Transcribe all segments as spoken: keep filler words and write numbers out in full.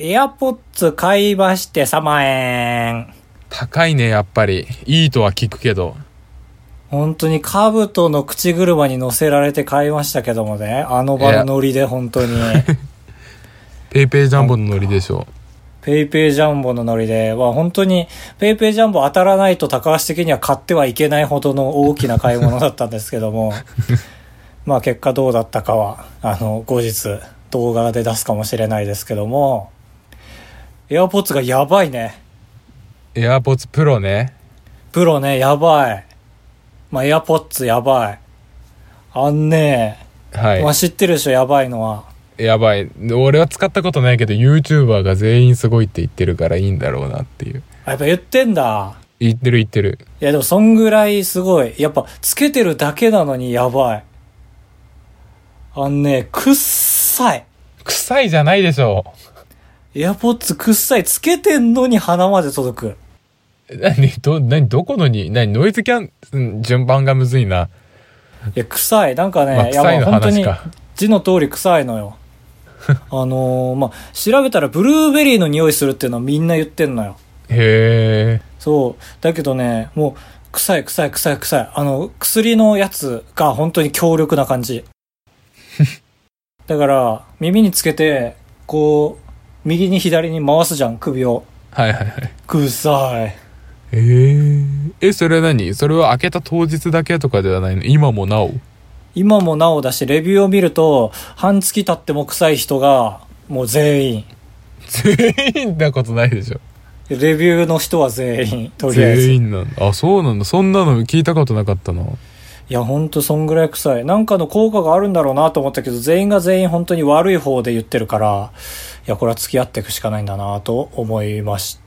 エアポッツ買いましてさんまんえん。 高いね、やっぱり。いいとは聞くけど。 本当にカブトの口車に乗せられて買いましたけどもね。あの場のノリで本当に。 ペイペイジャンボのノリでしょ。 ペイペイジャンボのノリで、は本当にペイペイジャンボ当たらないと高橋的には買ってはいけないほどの大きな買い物だったんですけども。まあ結果どうだったかは、あの、後日動画で出すかもしれないですけども、エアポッツがやばいね。 エアポッツプロね。 プロね、やばい。まあ、エアポッツやばい。あんねはい。 まあ、知ってるでしょ、やばいのは。 やばい。俺は使ったことないけど YouTuber が全員すごいって言ってるからいいんだろうなっていう。 あ、やっぱ言ってんだ。 言ってる言ってる。 いやでもそんぐらいすごい。やっぱつけてるだけなのにやばい。あんねくっさい。 臭いじゃないでしょ。 エアポッツくっさい。つけてんのに鼻まで届く。 何ど、何どこのに、何ノイズキャン、順番がむずいな。 いや、臭い。なんかね、 まあ、臭いの話か。 字の通り臭いのよ。あのー、まあ、調べたらブルーベリーの匂いするっていうのはみんな言ってんのよ。 へー。 そう。だけどね、もう、臭い臭い臭い臭い。あの、薬のやつが本当に強力な感じ。だから、耳につけて、こう、右に左に回すじゃん、首を。 はいはいはい。 臭い。 えー、え、それは何？それは開けた当日だけとかではないの？今もなお？ 今もなおだし、レビューを見ると、半月経っても臭い人が、もう全員。 全員なことないでしょ。 レビューの人は全員、とりあえず。 全員なんだ。あ、そうなんだ。そんなの聞いたことなかったな。 いや、ほんとそんぐらい臭い。なんかの効果があるんだろうなと思ったけど、全員が全員本当に悪い方で言ってるから、いや、これは付き合っていくしかないんだなと思いました。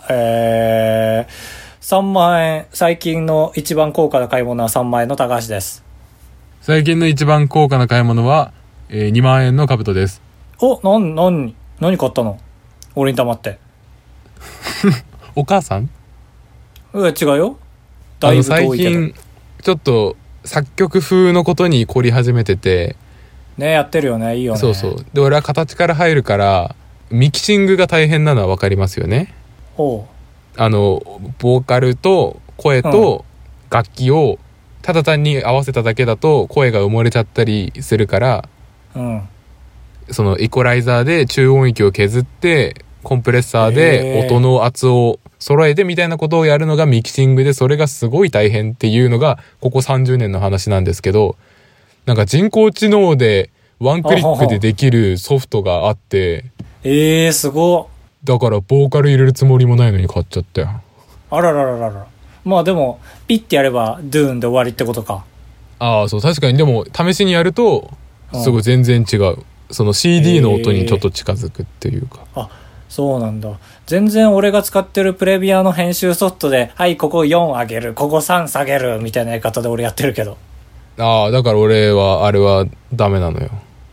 えー、さんまんえん、最近の一番高価な買い物はさんまんえんの高橋です。 最近の一番高価な買い物は、えー、にまんえんの兜です。 お、なん、なん、何買ったの？俺に黙って。 お母さん？ うわ、違うよ。だいぶ遠いけど。 あの最近、ちょっと作曲風のことに凝り始めてて。 ね、やってるよね。いいよね。 そうそう。で、俺は形から入るから、ミキシングが大変なのはわかりますよね。 ほう。あの、ボーカルと声と楽器をただ単に合わせただけだと声が埋もれちゃったりするから、 うん。 そのイコライザーで中音域を削って、コンプレッサーで音の圧を揃えてみたいなことをやるのがミキシングで、それがすごい大変っていうのがここさんじゅうねんの話なんですけど、なんか人工知能でワンクリックでできるソフトがあって、 えー、すご。 だからボーカル入れるつもりもないのに買っちゃったよ。 あららららら。まあでもピッてやればドゥーンで終わりってことか。 ああ、そう、確かに。でも試しにやるとすごい全然違う。その シーディー の音にちょっと近づくっていうか。 あ、そうなんだ。全然俺が使ってるプレビアの編集ソフトで、はい、ここよん上げる、ここさん下げるみたいなやり方で俺やってるけど。 ああ、だから俺はあれはダメなのよ。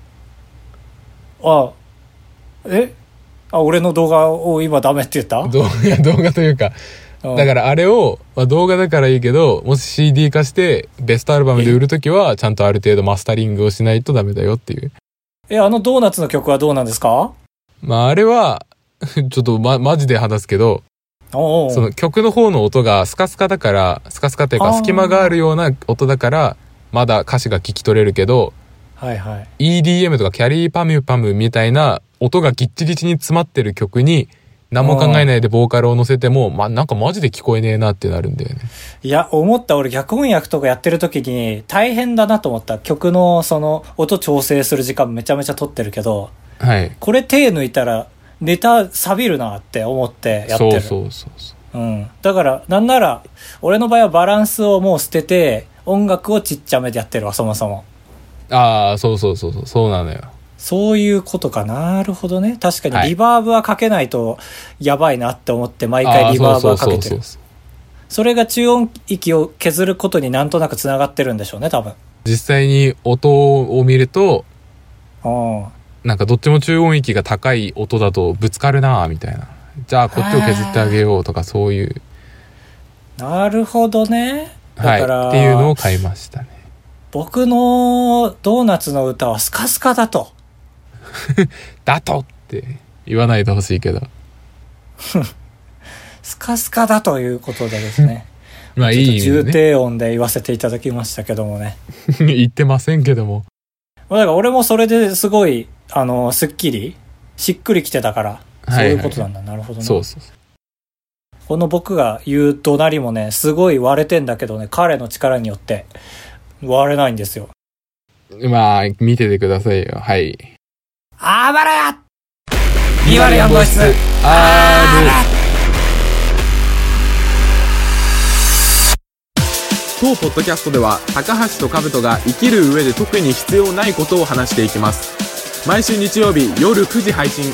あ、えあ、俺の動画を今ダメって言った？ 動画、動画というか、だからあれを、まあ、動画だからいいけど、もし シーディー 化してベストアルバムで売るときはちゃんとある程度マスタリングをしないとダメだよっていう。 え、あのドーナツの曲はどうなんですか？ まああれはちょっとまマジで話すけど、 おうおう、 その曲の方の音がスカスカだから、スカスカっていうか隙間があるような音だからまだ歌詞が聞き取れるけど、 はいはい、 イーディーエム とかキャリーパミュパムみたいな音がギッチギチに詰まってる曲に何も考えないでボーカルを乗せても、まあ、なんかマジで聞こえねえなってなるんだよね。 いや、思った。俺逆翻訳とかやってる時に大変だなと思った。曲のその音調整する時間めちゃめちゃ取ってるけど、 はい。 これ手抜いたらネタ錆びるなって思ってやってる。 そうそうそうそう。 うん。だからなんなら俺の場合はバランスをもう捨てて音楽をちっちゃめでやってるわ、そもそも。 ああ、そうそうそうそう、そうなのよ。 そういうことか。なるほどね。確かにリバーブはかけないとやばいなって思って毎回リバーブはかけてる。それが中音域を削ることになんとなくつながってるんでしょうね、多分。 実際に音を見ると、なんかどっちも中音域が高い音だとぶつかるなみたいな。じゃあこっちを削ってあげようとか、そういう。 なるほどね。だから、 はい、っていうのを買いましたね。 僕のドーナツの歌はスカスカだと。 だとって。 言わないでほしいけど。 スカスカだということでですね。 まあいい意味でね。 重低音で言わせていただきましたけどもね。 言ってませんけども。 だから俺もそれですごい、あの、すっきり、しっくりきてたから、そういうことなんだ。はいはい、なるほどね。 そうそうそう。 この僕が言う怒鳴りもね、すごい割れてんだけどね、彼の力によって割れないんですよ。 まあ、見ててくださいよ。はい。 あばらや !にまるよん 号室 R! 当ポッドキャストでは高橋と兜が生きる上で特に必要ないことを話していきます。毎週日曜日夜くじ配信。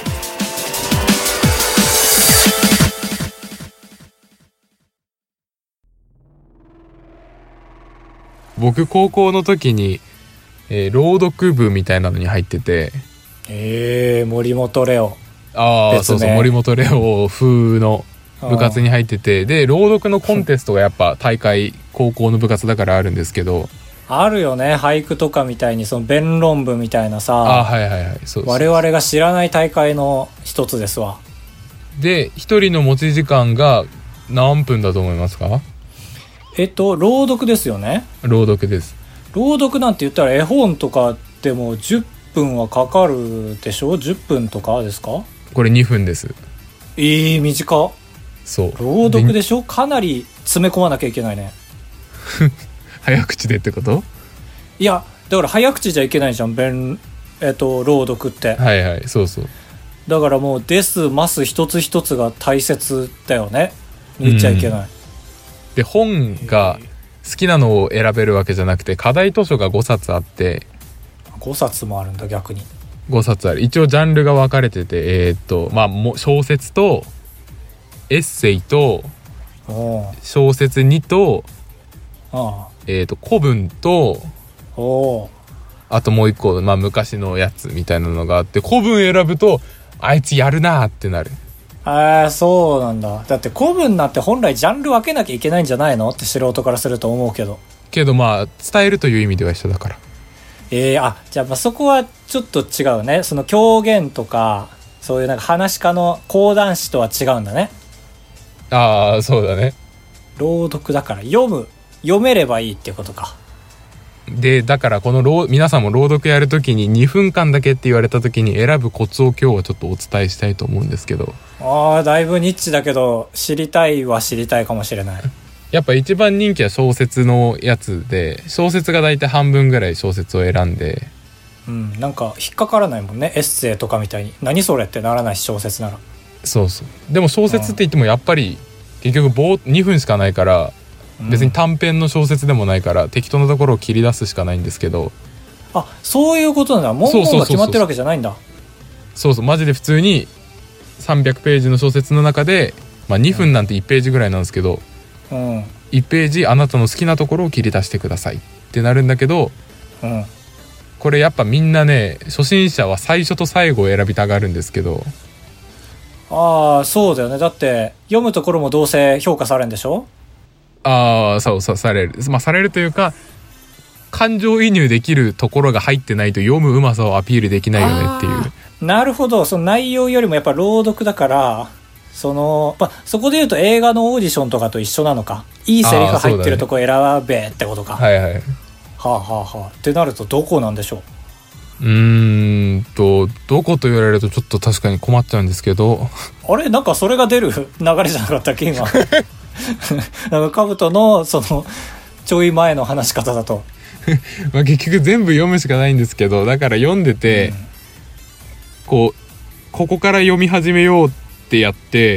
僕高校の時に、えー、朗読部みたいなのに入ってて、 えー、森本レオ。 ああ、そうそう、森本レオ風の部活に入ってて、で朗読のコンテストがやっぱ大会高校の部活だからあるんですけど、 あるよね、俳句とかみたいにその弁論部みたいなさ。 あ、はいはいはい、そうそう、 我々が知らない大会の一つですわ。 で一人の持ち時間が何分だと思いますか？ えっと朗読ですよね。 朗読です。 朗読なんて言ったら絵本とかでもじゅっぷんはかかるでしょ。じゅっぷんとかですか？ これにふんです。 えー、短っ。 そう、 朗読でしょ。かなり詰め込まなきゃいけないね。 早口でってこと？ いやだから早口じゃいけないじゃん、弁えっと朗読って。 はいはい、そうそう。 だからもうですます一つ一つが大切だよね。抜いちゃいけない、うん、 で本が好きなのを選べるわけじゃなくて、課題図書がごさつあって。 ごさつもあるんだ。逆にごさつある。一応ジャンルが分かれてて、えー、っとまあ小説とエッセイと小説にと、 ああ、 えー、と古文と、 おあともう一個、まあ、昔のやつみたいなのがあって、古文選ぶとあいつやるなってなる。 ああ、そうなんだ。だって古文なんて本来ジャンル分けなきゃいけないんじゃないのって素人からすると思うけど。 けどまあ伝えるという意味では一緒だから。 えー、あ、じゃあまあそこはちょっと違うね。その狂言とかそういうなんか話し家の講談師とは違うんだね。 ああ、そうだね。 朗読だから読む読めればいいってことか。 でだからこの朗皆さんも朗読やるときににふんかんだけって言われたときに選ぶコツを今日はちょっとお伝えしたいと思うんですけど。 ああ、だいぶニッチだけど知りたいは知りたいかもしれない。 やっぱ一番人気は小説のやつで、小説がだいたい半分ぐらい小説を選んで、 うん、なんか引っかからないもんね。エッセイとかみたいに何それってならないし、小説なら。 そうそう。でも小説って言ってもやっぱり結局棒にふんしかないから、別に短編の小説でもないから、うん、適当なところを切り出すしかないんですけど。 あ、そういうことなんだ。文言が決まってるわけじゃないんだ。 そうそう、マジで普通にさんびゃくページの小説の中で、まあ、にふんなんていちページぐらいなんですけど、うん、いちページあなたの好きなところを切り出してくださいってなるんだけど、うん、これやっぱみんなね、初心者は最初と最後を選びたがるんですけど。 ああ、そうだよね。だって読むところもどうせ評価されるんでしょ。ああ、そうそう、される。まあされるというか、感情移入できるところが入ってないと読むうまさをアピールできないよねっていう。 なるほど。その内容よりもやっぱ朗読だから、その、まあ、そこで言うと映画のオーディションとかと一緒なのか。いいセリフ入ってるとこ選べってことか。 はいはい。 はあはあはあ。ってなるとどこなんでしょう。うーんとどこと言われるとちょっと確かに困っちゃうんですけど。 あれ、なんかそれが出る流れじゃなかったっけ今。なんか兜のそのちょい前の話し方だと。 まあ結局全部読むしかないんですけど、だから読んでて、うん、こうここから読み始めようってやって、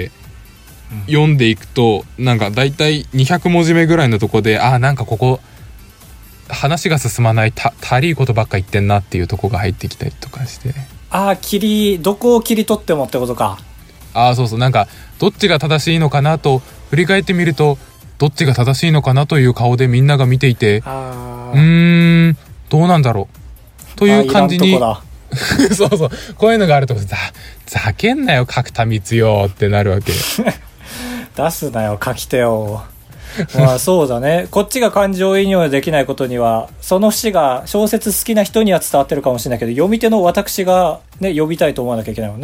うん、読んでいくとなんかだいたいにひゃくもじめぐらいのとこで、あーなんかここ話が進まない、た足りいことばっか言ってんなっていうとこが入ってきたりとかして、 あー切りどこを切り取ってもってことか。 あーそうそう、なんかどっちが正しいのかなと振り返ってみると、どっちが正しいのかなという顔でみんなが見ていて、あうーんどうなんだろうという感じにそうそう、こういうのがあるとざざけんなよ角田光代ってなるわけ。 出すなよ書き手を。まあそうだね。こっちが感情移入できないことには、その節が小説好きな人には伝わってるかもしれないけど、読み手の私がね読みたいと思わなきゃいけないもんね。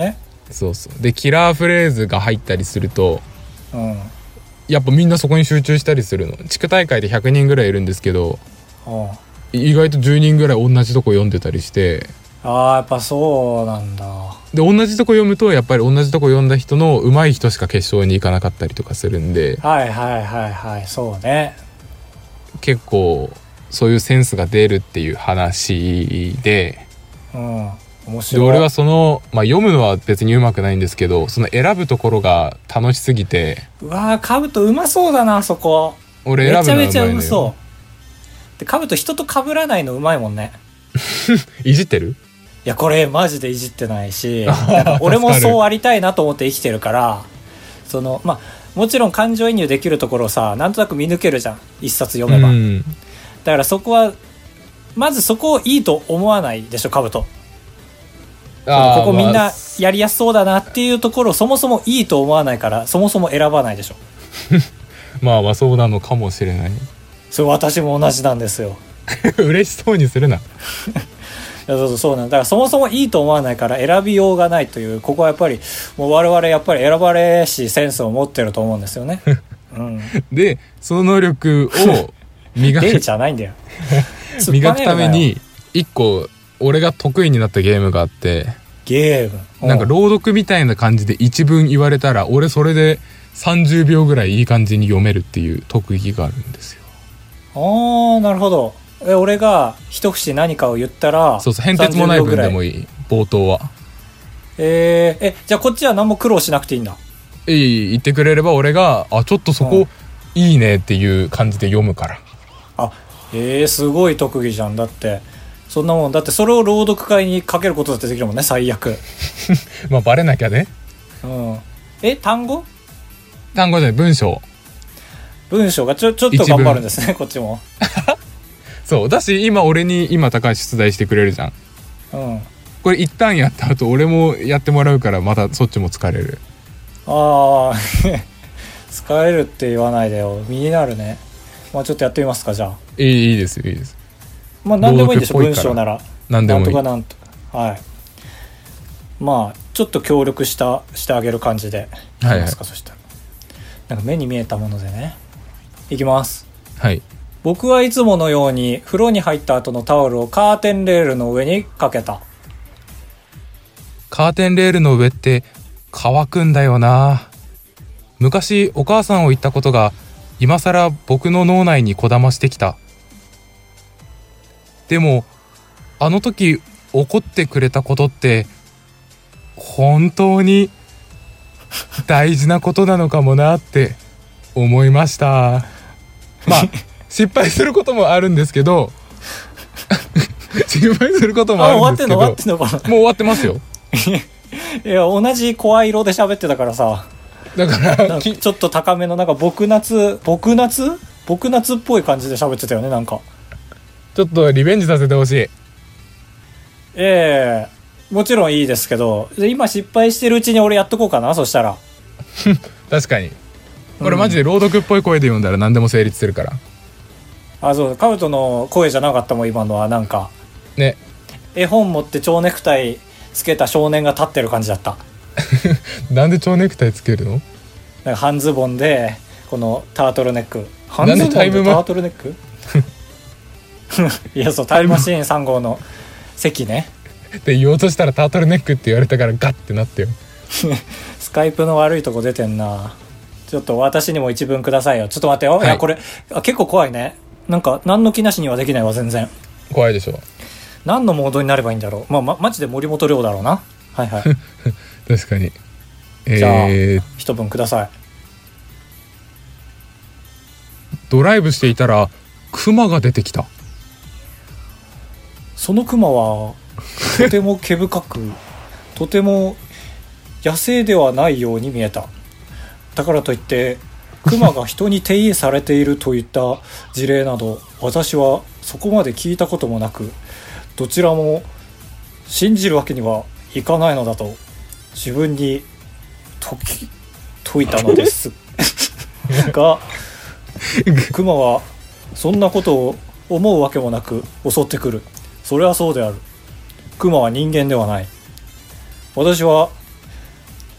そうそうでキラーフレーズが入ったりすると、 うん、 やっぱみんなそこに集中したりするの。地区大会でひゃくにんぐらいいるんですけど、 ああ意外とじゅうにんぐらい同じとこ読んでたりして、 ああやっぱそうなんだ。 で同じとこ読むとやっぱり同じとこ読んだ人の上手い人しか決勝に行かなかったりとかするんで、 はいはいはいはいそうね。 結構そういうセンスが出るっていう話で、 うん面白い。 で俺はその、まあ、読むのは別にうまくないんですけど、その選ぶところが楽しすぎて、 うわーカブトうまそうだなそこ。 俺選ぶのめちゃめちゃううまいのよ。 まそうでカブト人と被らないのうまいもんね。 いじってる？ いやこれマジでいじってないしなんか俺もそうありたいなと思って生きてるから、そのまあもちろん感情移入できるところをさなんとなく見抜けるじゃん一冊読めば、うん、だからそこはまずそこをいいと思わないでしょカブト。ここみんなやりやすそうだなっていうところをそもそもいいと思わないからそもそも選ばないでしょ。 まあまあそうなのかもしれない。 それ私も同じなんですよ。 嬉しそうにするな。 そうそうそうなんだ。だからそもそもいいと思わないから選びようがないという、ここはやっぱりもう我々やっぱり選ばれしセンスを持ってると思うんですよね。うん、でその能力を磨くじゃないんだよ。 磨くために一個俺が得意になったゲームがあって、 ゲームなんか朗読みたいな感じで一文言われたら俺それでさんじゅうびょうぐらいいい感じに読めるっていう特技があるんですよ。 ああなるほど。え俺が一節何かを言ったらそうそう変哲もない文でもいい冒頭は。 えー、えじゃあこっちは何も苦労しなくていいんだ。 えい言ってくれれば俺があちょっとそこいいねっていう感じで読むから、 うん、あえー、すごい特技じゃん。だってそんなもんだってそれを朗読会にかけることだってできるもんね最悪。 まあバレなきゃね。 うんえ単語単語じゃない文章文章がちょちょっと頑張るんですねこっちも。 そうだし今俺に今高橋出題してくれるじゃん、うん、これ一旦やった後俺もやってもらうからまたそっちも疲れる。 ああ疲れるって言わないでよ身になるね。まあちょっとやってみますかじゃあ。 いいいいですよいいです。 まあ何でもいいでしょ文章なら何でもいい。 なんとかなんとかはいまあちょっと協力したしてあげる感じでいきますか、はいはい、そしたらなんか目に見えたものでねいきます。 はい僕はいつものように風呂に入った後のタオルをカーテンレールの上にかけた。 カーテンレールの上って乾くんだよな。昔お母さんを言ったことが今さら僕の脳内にこだましてきた。でもあの時怒ってくれたことって本当に大事なことなのかもなって思いました。まあ失敗することもあるんですけど失敗することもあるんですけど終わってんの終わってんのかな。 もう終わってますよ。 いや同じ声色で喋ってたからさ。 だからちょっと高めのなんか僕夏僕夏僕夏っぽい感じで喋ってたよね。なんかちょっとリベンジさせてほしい。 ええー、もちろんいいですけど今失敗してるうちに俺やっとこうかな。そしたら確かにこれマジで朗読っぽい声で読んだら何でも成立するから、 うん、あそうカブトの声じゃなかったもん今のは。なんかね絵本持って蝶ネクタイつけた少年が立ってる感じだった。 なんで蝶ネクタイつけるの？ なんか半ズボンでこのタートルネック半ズボンでタートルネックいやそうタイムマシーンさん号の席ねって言おうとしたらタートルネックって言われたからガッてなってよ。 スカイプの悪いとこ出てんな。ちょっと私にも一文くださいよ。ちょっと待ってよ、はい、いやこれあ結構怖いね。なんか何の気なしにはできないわ全然。 怖いでしょ。 何のモードになればいいんだろう。まあ、ま、マジで森本涼だろうな。はいはい確かに、えー、 じゃあ一文ください。 ドライブしていたらクマが出てきた。 そのクマはとても毛深くとても野生ではないように見えた。だからといってクマが人に手入れされているといった事例など私はそこまで聞いたこともなく、どちらも信じるわけにはいかないのだと自分に解き解いたのですがクマはそんなことを思うわけもなく襲ってくる。それはそうである。クマは人間ではない。私は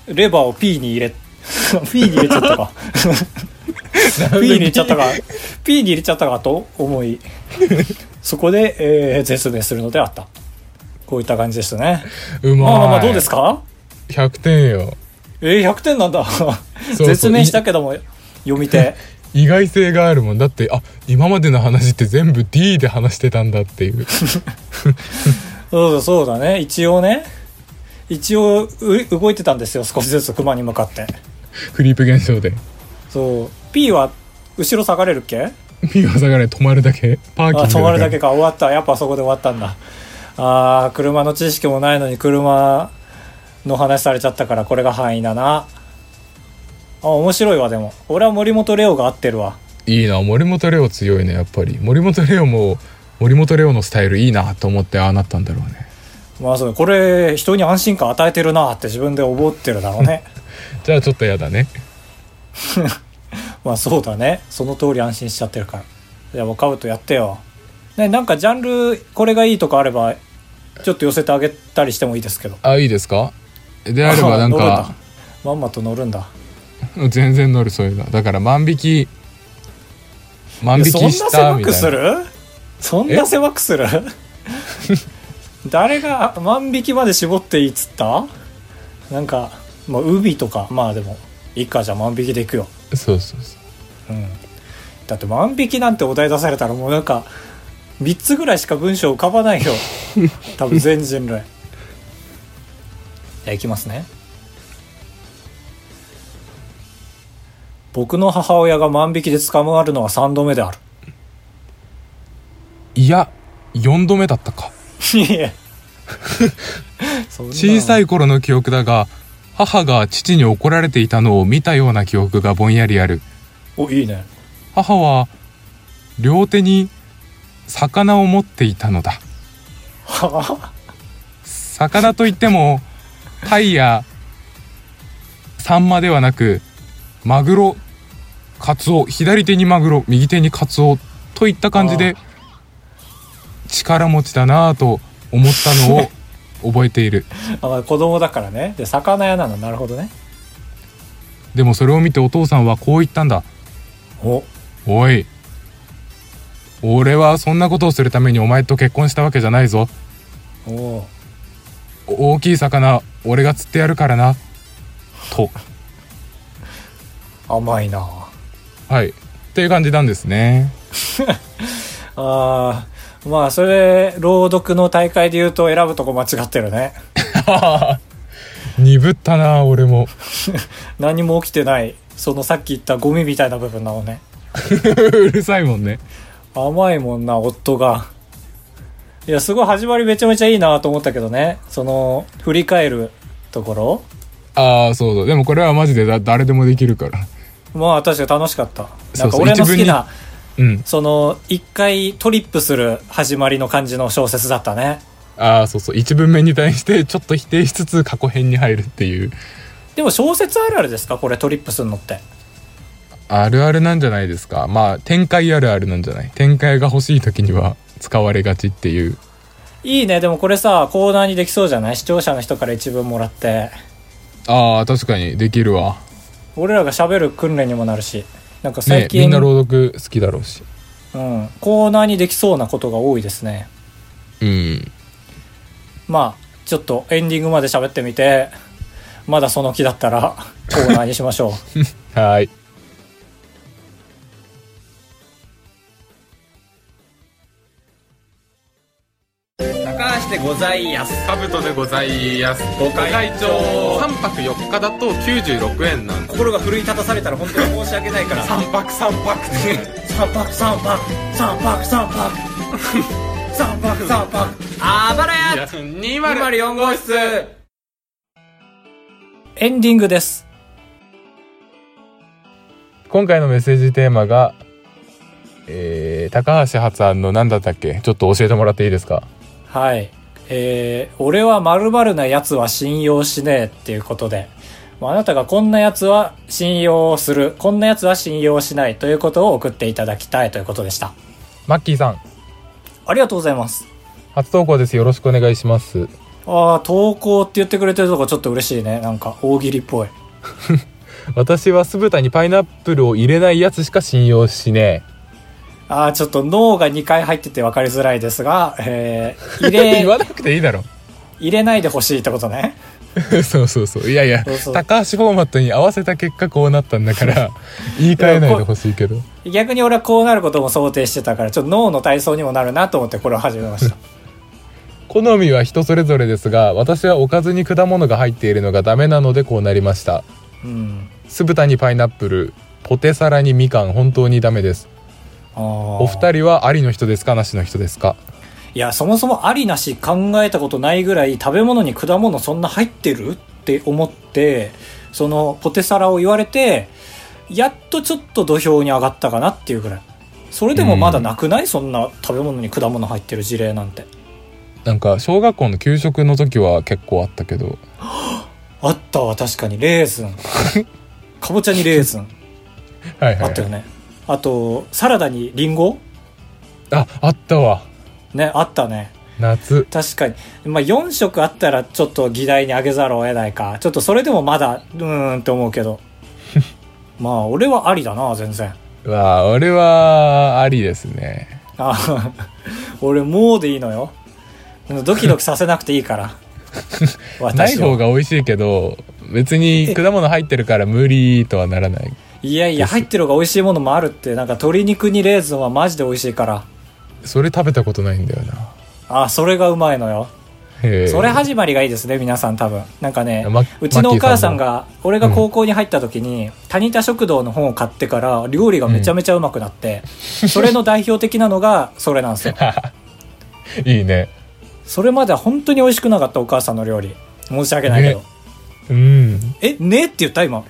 レバーを P に入れP に入れちゃったかP に入れちゃったか P に入れちゃったかと思いそこで、えー、絶命するのであった。こういった感じでしたね。 うまい。 まあまあまあどうですか。 ひゃくてんよ。 えー、ひゃくてんなんだそうそう絶命したけども読み手意外性があるもん。だってあ今までの話って全部 D で話してたんだっていうそうだそうだね。一応ね一応動いてたんですよ、少しずつ熊に向かって。 フリープ現象で。 そう P は後ろ下がれるっけ。 P は下がれ、止まるだけ、パーキングだけ。 あ止まるだけか。終わった。やっぱそこで終わったんだ。あー車の知識もないのに車の話されちゃったからこれが範囲だな。あ面白いわ。でも俺は森本レオが合ってるわ。 いいな、森本レオ強いね。やっぱり森本レオも森本レオのスタイルいいなと思ってああなったんだろうね。 まあそうこれ人に安心感与えてるなって自分で思ってるだろうねじゃあちょっとやだねまあそうだね。その通り安心しちゃってるから。じゃあもうカブトやってよ、ね、なんかジャンルこれがいいとかあればちょっと寄せてあげたりしてもいいですけど。 あいいですか。であればなんかまんまと乗るんだ。 全然乗る。そういうのだから万引き万引きしたみたいな。 そんな狭くするそんな狭くする誰が万引きまで絞っていいっつった。なんか、まあ、海とかまあでもいいか。じゃあ万引きでいくよ。 そうそうそう、 うん、だって万引きなんてお題出されたらもうなんかみっつぐらいしか文章浮かばないよ多分全人類。じゃあいきますね。僕の母親が万引きで捕まるのはさんどめである。 いやよんどめだったかいや小さい頃の記憶だが母が父に怒られていたのを見たような記憶がぼんやりある。 おいいね。 母は両手に魚を持っていたのだ。 は魚といってもタイやサンマではなくマグロ、カツオ、左手にマグロ右手にカツオといった感じで力持ちだなぁと思ったのを覚えているあ、まあ、子供だからね。で魚屋なの。なるほどね。 でもそれを見てお父さんはこう言ったんだ。 おおい、俺はそんなことをするためにお前と結婚したわけじゃないぞ。 お大きい魚俺が釣ってやるからなと。 甘いな。 はいっていう感じなんですねあーまあそれ朗読の大会で言うと選ぶとこ間違ってるね鈍ったな俺も何も起きてない。そのさっき言ったゴミみたいな部分なのねうるさいもんね。 甘いもんな夫が。いやすごい始まりめちゃめちゃいいなと思ったけどね。その振り返るところ。 ああそうそう。でもこれはマジでだ誰でもできるから。 まあ確かに楽しかった。 そうそうなんか俺の好きなうん、 その一回トリップする始まりの感じの小説だったね。 ああそうそう。一文目に対してちょっと否定しつつ過去編に入るっていう。 でも小説あるあるですかこれトリップするのって。 あるあるなんじゃないですか。まあ展開あるあるなんじゃない。展開が欲しい時には使われがちっていう。 いいね。でもこれさコーナーにできそうじゃない。視聴者の人から一文もらってああ確かにできるわ。 俺らが喋る訓練にもなるし。なんか最近、 ね、みんな朗読好きだろうし、 うん、コーナーにできそうなことが多いですね。 うんまあちょっとエンディングまで喋ってみてまだその気だったらコーナーにしましょうはい高橋でございやす。 カブトでございます。 ご会長さんぱくよっかだときゅうじゅうろくえんなんです。 心が奮い立たされたら本当に申し訳ないからさんぱくさんぱく三泊三泊三泊三泊三泊三泊あばらやにまるよん号室。 エンディングです。 今回のメッセージテーマが、えー、高橋発案の何だったっけ。ちょっと教えてもらっていいですか。 はい、えー、俺は〇〇なやつは信用しねえっていうことで、あなたがこんなやつは信用する、こんなやつは信用しないということを送っていただきたいということでした。 マッキーさんありがとうございます。 初投稿です。よろしくお願いします。 ああ、投稿って言ってくれてるとこちょっと嬉しいね。なんか大喜利っぽい。 私は酢豚にパイナップルを入れないやつしか信用しねえ。ああ、ちょっと脳がにかい入ってて分かりづらいですが、えー、入え。 れ言わなくていいだろ。 入れないでほしいってことね。 そうそうそう。いやいや、 そうそう高橋フォーマットに合わせた結果こうなったんだから言い換えないでほしいけど。 逆に俺はこうなることも想定してたから、ちょっと脳の体操にもなるなと思ってこれを始めました。 好みは人それぞれですが、私はおかずに果物が入っているのがダメなのでこうなりました。 うん。 酢豚にパイナップル、ポテサラにみかん、本当にダメです。 あー。 お二人はありの人ですか、なしの人ですか？ いや、そもそもありなし考えたことないぐらい、食べ物に果物そんな入ってるって思って、そのポテサラを言われて、やっとちょっと土俵に上がったかなっていうぐらい。それでもまだなくない？そんな食べ物に果物入ってる事例なんて。 なんか小学校の給食の時は結構あったけど。 あったわ、確かに。レーズン。かぼちゃにレーズン。 はいはい、はい、 あったよね。あと、サラダにリンゴ？ あ、あったわ。 ね、あったね。 夏。 確かに。まあ、よん食あったらちょっと議題にあげざるを得ないか。ちょっとそれでもまだ、うーんって思うけど。まあ、俺はありだな、全然。 うわあ、俺はありですね。 あ俺もうでいいのよ。ドキドキさせなくていいから。 ない方が美味しいけど、別に果物入ってるから無理とはならない。 いやいや、入ってる方が美味しいものもあるって。なんか鶏肉にレーズンはマジで美味しいから。 それ食べたことないんだよな。 あ、それがうまいのよ。 へえ。 それ始まりがいいですね、皆さん多分。なんかね、 ま、 うちのお母さんが、俺が高校に入った時に、うん、タニタ食堂の本を買ってから料理がめちゃめちゃうまくなって、うん、それの代表的なのがそれなんですよ。 いいね。 それまでは本当に美味しくなかったお母さんの料理。申し訳ないけど。 ね、うん。 え、ねって言った今。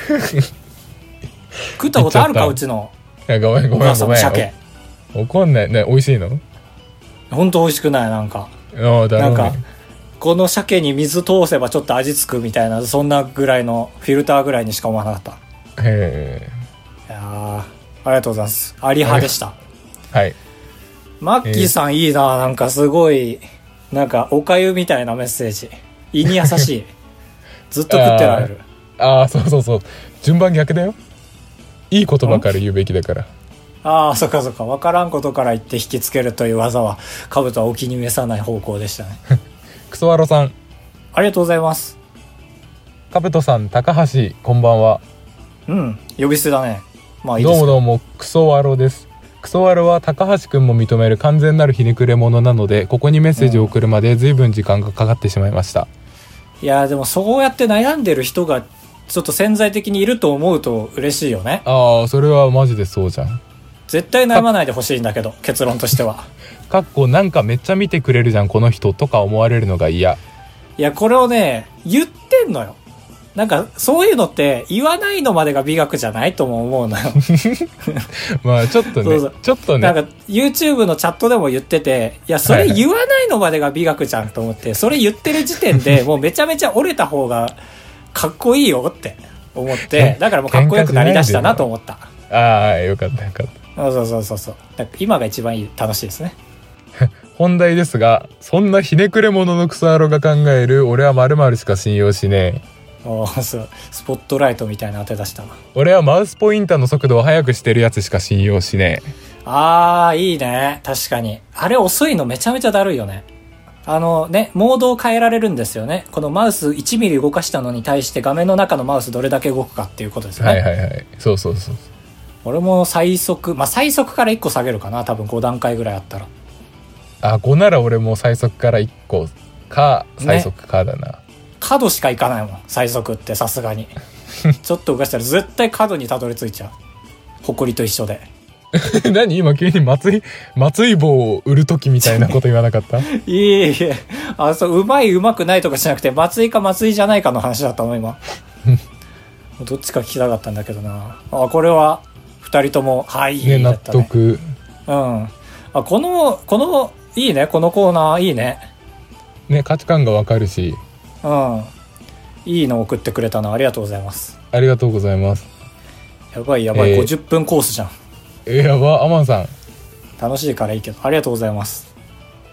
食ったことあるかうちの。 いや、ごめんごめんごめん。お母さんの鮭。 怒んないね。美味しいの？ 本当美味しくないなんか。 あだろうね、 なんかこの鮭に水通せばちょっと味付くみたいな、そんなぐらいのフィルターぐらいにしか思わなかった。 へえ。 いやありがとうございます。あり派でした。 はい。 マッキーさんいいな、なんかすごいなんかおかゆみたいなメッセージ。胃に優しい。ずっと食ってられる。 ああ、そうそうそう。順番逆だよ。いい言葉から言うべきだから。 ああ、そっかそっか。分からんことから言って引きつけるという技は、カブトはお気に召さない方向でしたね。 クソワロさん。 ありがとうございます。 カブトさん、高橋、こんばんは。 うん、呼び捨てだね。まあいいです。 どうもどうも、クソワロです。クソワロは高橋くんも認める完全なるひねくれ者なので、ここにメッセージを送るまで随分時間がかかってしまいました。 うん、いやでもそうやって悩んでる人がちょっと潜在的にいると思うと嬉しいよね。 ああ、それはマジでそうじゃん。 絶対悩まないでほしいんだけど、結論としては。 かっこなんかめっちゃ見てくれるじゃんこの人とか思われるのが嫌。 いやこれをね言ってんのよ。なんかそういうのって言わないのまでが美学じゃないとも思うのよ。 まあちょっとねそうそうちょっとねなんか YouTube のチャットでも言ってて、いやそれ言わないのまでが美学じゃんと思って、はいはい、それ言ってる時点でもうめちゃめちゃ折れた方がかっこいいよって思って、だからもうかっこよくなりだしたなと思った。 ああよかったよかった。 そうそうそうそう。だから今が一番いい楽しいですね。 本題ですが、そんなひねくれ者のクソ野郎が考える俺は〇〇しか信用しねえ。 おそうスポットライトみたいな当て出したな。 俺はマウスポインターの速度を速くしてるやつしか信用しねえ。 あーいいね。確かにあれ遅いのめちゃめちゃだるいよね。あのねモードを変えられるんですよね。このマウスいちミリ動かしたのに対して画面の中のマウスどれだけ動くかっていうことですよね。 はいはいはいそうそうそう。 俺も最速まあ最速からいっこ下げるかな、多分ご段階ぐらいあったら。 あごなら俺も最速からいっこか最速かだな、ね、 角しか行かないもん最速って。さすがにちょっと動かしたら絶対角にたどり着いちゃう。ホコリと一緒で。 何今急に松井松井棒を売る時みたいなこと言わなかった？いえいえ、あそううまいうまくないとかじゃなくて松井か松井じゃないかの話だったの今。どっちか聞きたかったんだけどな。あこれはふたりともはい、 ね、納得。 うん。あこのこのいいね、このコーナーいいね。 ね価値観がわかるし。 うん。いいの送ってくれたのありがとうございます。 ありがとうございます。 やばいやばい、えー、ごじゅっぷんコースじゃん。 えー、やばアマンさん。 楽しいからいいけどありがとうございます。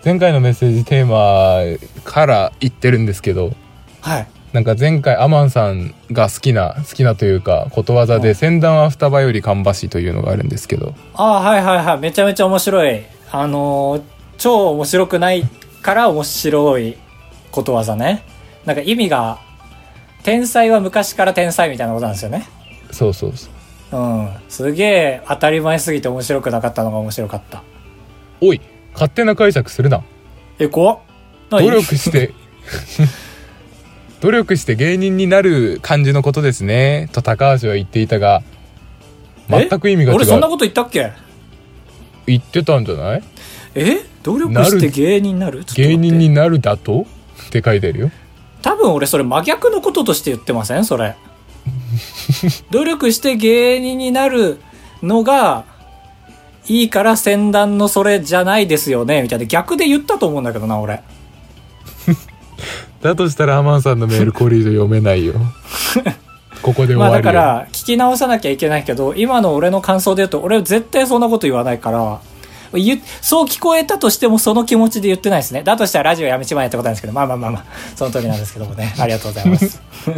前回のメッセージテーマから言ってるんですけど、 はい。 なんか前回アマンさんが好きな好きなというかことわざで、先端は双葉より芳しというのがあるんですけど、 ああ、はいはいはい。めちゃめちゃ面白い。あのー、超面白くないから面白いことわざね。なんか意味が、天才は昔から天才みたいなことなんですよね。 そうそうそう。 うん。すげえ当たり前すぎて面白くなかったのが面白かった。 おい、勝手な解釈するな。 え、怖っ。 努力して努力して芸人になる感じのことですねと高橋は言っていたが、全く意味が違う。 俺そんなこと言ったっけ？ 言ってたんじゃない？ え？努力して芸人になる？ 芸人になるだとって書いてるよ。 多分俺それ真逆のこととして言ってません？それ努力して芸人になるのがいいから先端のそれじゃないですよねみたいな逆で言ったと思うんだけどな俺。 だとしたらアマンさんのメールこれ以上読めないよここで終わりよ。 まあだから聞き直さなきゃいけないけど、今の俺の感想で言うと俺絶対そんなこと言わないから、そう聞こえたとしてもその気持ちで言ってないですね。だとしたらラジオやめちまえってことなんですけど、まあまあまあまあその通りなんですけどもね。ありがとうございます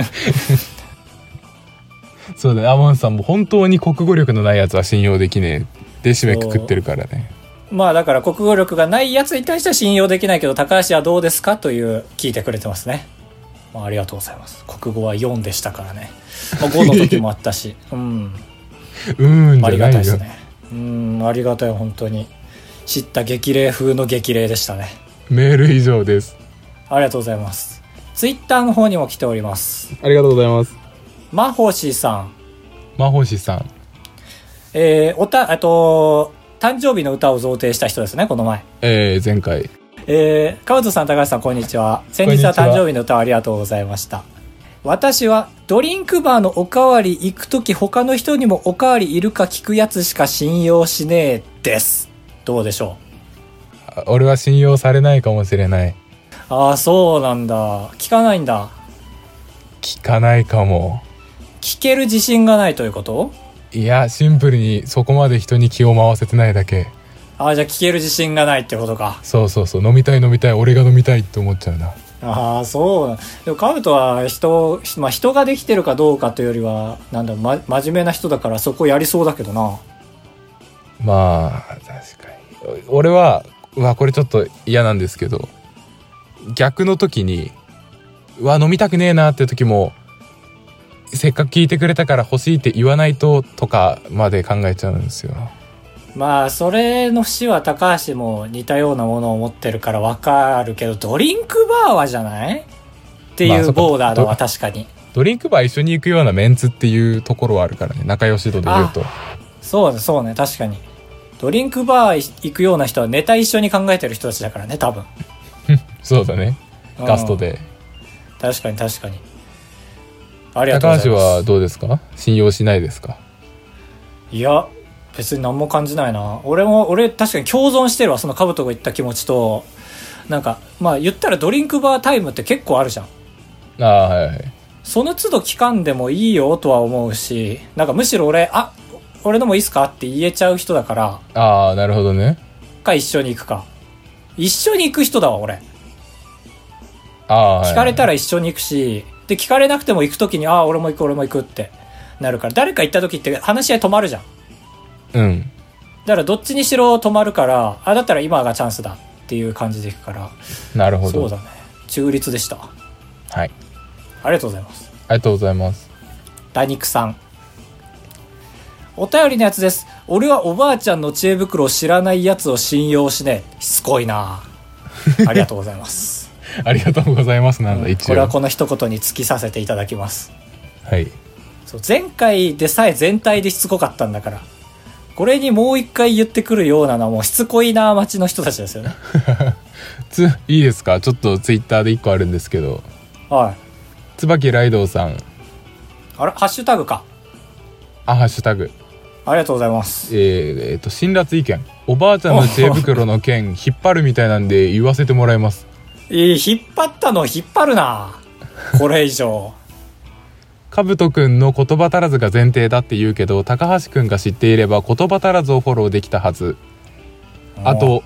そうだね、アマンさんも本当に国語力のないやつは信用できねえで締めくくってるからね。 まあだから国語力がないやつに対しては信用できないけど、高橋はどうですかという聞いてくれてますね。まあ、ありがとうございます。国語はよんでしたからね、まあ、ごの時もあったしうんうんありがたいですね。うんありがたい。本当に知った激励風の激励でしたね。 メール以上です。 ありがとうございます。ツイッターの方にも来ております。 ありがとうございます。 まほしさんまほしさん、 えー、おたあと誕生日の歌を贈呈した人ですね、この前。 えー、前回。 えー、川戸さん、高橋さん、こんにちは。先日は誕生日の歌をありがとうございました。私はドリンクバーのおかわり行くとき他の人にもおかわりいるか聞くやつしか信用しねえです。どうでしょう？俺は信用されないかもしれない。 ああ、そうなんだ。聞かないんだ。 聞かないかも。 聞ける自信がないということ？ いや、シンプルにそこまで人に気を回せてないだけ。 ああ、じゃあ聞ける自信がないってことか。 そうそうそう、飲みたい飲みたい、俺が飲みたいって思っちゃうな。 ああ、そう。でもカブトは人、まあ、人ができてるかどうかというよりはなんだ、ま、真面目な人だからそこやりそうだけどな。 まあ確かに俺はうわこれちょっと嫌なんですけど、逆の時にうわ飲みたくねえなって時もせっかく聞いてくれたから欲しいって言わないととかまで考えちゃうんですよ。 まあそれの節は高橋も似たようなものを持ってるから分かるけど、ドリンクバーはじゃないっていうボーダーだわ、確かに。 ドリンクバー一緒に行くようなメンツっていうところはあるからね、仲良し度で言うと。 そうね、そうね、確かにドリンクバー行くような人はネタ一緒に考えてる人たちだからね、多分そうだね、ガストで。 確かに確かに。ありがとうございます。 高橋はどうですか？信用しないですか？ いや別に何も感じないな。俺も俺確かに共存してるわ、そのカブトが言った気持ちと。なんかまあ言ったらドリンクバータイムって結構あるじゃん。 ああ、はいはい。 その都度期間でもいいよとは思うし、なんかむしろ俺あ俺のもいいっすかって言えちゃう人だから。 ああ、なるほどね。 か一緒に行くか。一緒に行く人だわ俺。 ああ、 聞かれたら一緒に行くし、で聞かれなくても行くときにああ俺も行く俺も行くってなるから、誰か行った時って話し合い止まるじゃん。 うん。 だからどっちにしろ止まるから、あだったら今がチャンスだっていう感じでいくから。 なるほど。 そうだね。中立でした。 はい。 ありがとうございます。 ありがとうございます。 ダニクさん。お便りのやつです。俺はおばあちゃんの知恵袋を知らないやつを信用しねえ。しつこいな。ありがとうございます。 ありがとうございますなんだ、一応。 これはこの一言に尽きさせていただきます。 はい。 そう前回でさえ全体でしつこかったんだから、これにもう一回言ってくるようなのはもうしつこいな町の人たちですよね。 ついいですか？ちょっとツイッターで一個あるんですけど。 はい。 椿ライドウさん。 あら、ハッシュタグか。 あ、ハッシュタグ。 ありがとうございます。 えー、えーと辛辣意見。おばあちゃんの知恵袋の件引っ張るみたいなんで言わせてもらいます。 えー、引っ張ったの引っ張るな。これ以上。 かぶとくんの言葉足らずが前提だって言うけど、高橋くんが知っていれば言葉足らずをフォローできたはず。あと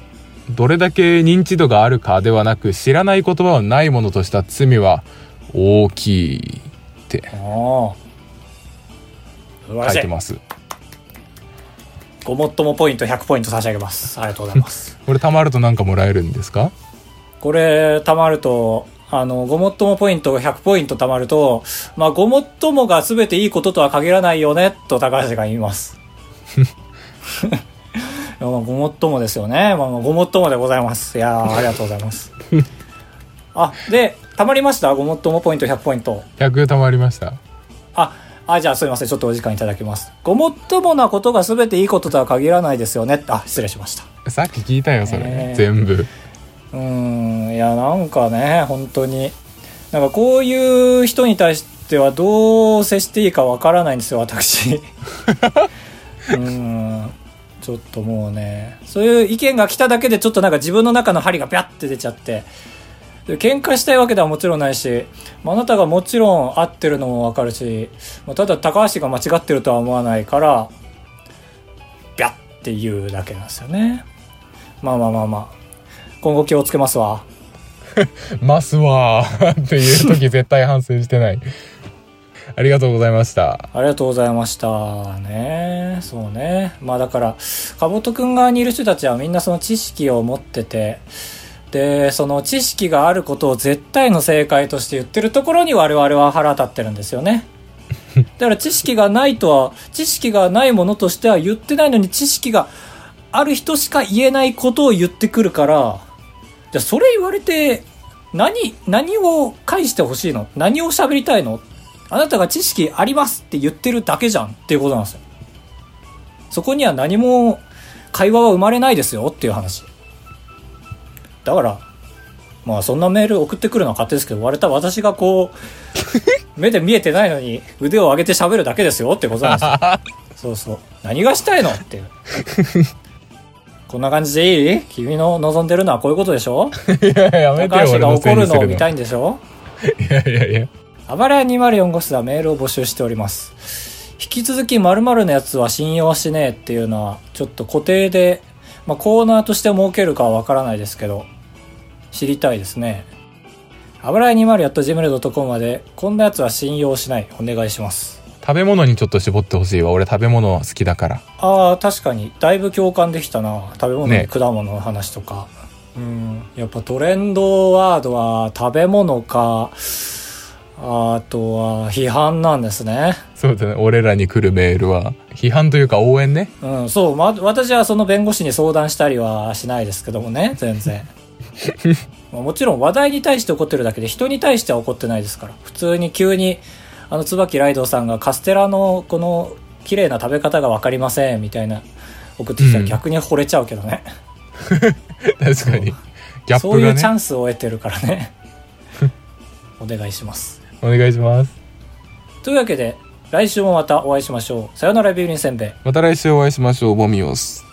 どれだけ認知度があるかではなく、知らない言葉はないものとした罪は大きいっておー書いてます。 ごもっともポイントひゃくポイント差し上げます。ありがとうございますこれ貯まると何かもらえるんですか？ これ貯まると、あのごもっともポイントひゃくポイント貯まると、まあごもっともが全ていいこととは限らないよねと高橋が言いますまあごもっともですよね。まあ、ごもっともでございます。いやーありがとうございますあ、で貯まりました。ごもっともポイントひゃくポイントひゃく貯まりました。 ああ、じゃあすいません、ちょっとお時間いただきます。ごもっともなことが全ていいこととは限らないですよね。あ、失礼しました。 さっき聞いたよそれ、 えー、 全部。 うーん、いやなんかね、本当になんかこういう人に対してはどう接していいかわからないんですよ私うーん、ちょっともうね、そういう意見が来ただけでちょっとなんか自分の中の針がビャッて出ちゃって、で喧嘩したいわけではもちろんないし、あなたがもちろん合ってるのもわかるし、ただ高橋が間違ってるとは思わないからビャッって言うだけなんですよね。まあまあまあまあ、今後気をつけますわますわーっていう時絶対反省してないありがとうございました。 ありがとうございましたね。そうね、まあだからかぼとくん側にいる人たちはみんなその知識を持ってて、でその知識があることを絶対の正解として言ってるところに我々は腹立ってるんですよねだから知識がないとは、知識がないものとしては言ってないのに、知識がある人しか言えないことを言ってくるから、じゃあそれ言われて何何を返してほしいの、何を喋りたいの、あなたが知識ありますって言ってるだけじゃんっていうことなんですよ。そこには何も会話は生まれないですよっていう話だから、まあそんなメール送ってくるのは勝手ですけど、割れた私がこう目で見えてないのに腕を上げて喋るだけですよってことなんですよそうそう、何がしたいのっていうこんな感じでいい？君の望んでるのはこういうことでしょいややめてよ、 高橋が怒るのを見たいんでしょいやいやいや、 あばらやにまるよん号室ではメールを募集しております。引き続き〇〇のやつは信用しねえっていうのはちょっと固定で、まあ、コーナーとして設けるかはわからないですけど知りたいですね。あばらや にまる アットジーメールドットコム まで、こんなやつは信用しない、お願いします。 食べ物にちょっと絞ってほしいわ。俺食べ物好きだから。 ああ、確かにだいぶ共感できたな。食べ物に果物の話とか、ね、うん、やっぱトレンドワードは食べ物か、あとは批判なんですね。 そうだね、俺らに来るメールは批判というか応援ね。 うん、そう、ま、私はその弁護士に相談したりはしないですけどもね、全然もちろん話題に対して怒ってるだけで人に対しては怒ってないですから。普通に急にあの椿ライドさんがカステラのこの綺麗な食べ方が分かりませんみたいな送ってきたら逆に惚れちゃうけどね、 うん、確かにギャップがね、 そういうチャンスを得てるからねお願いします。 お願いします。 というわけで来週もまたお会いしましょう。さよならビューリンせんべい。 また来週お会いしましょう。ボミオス。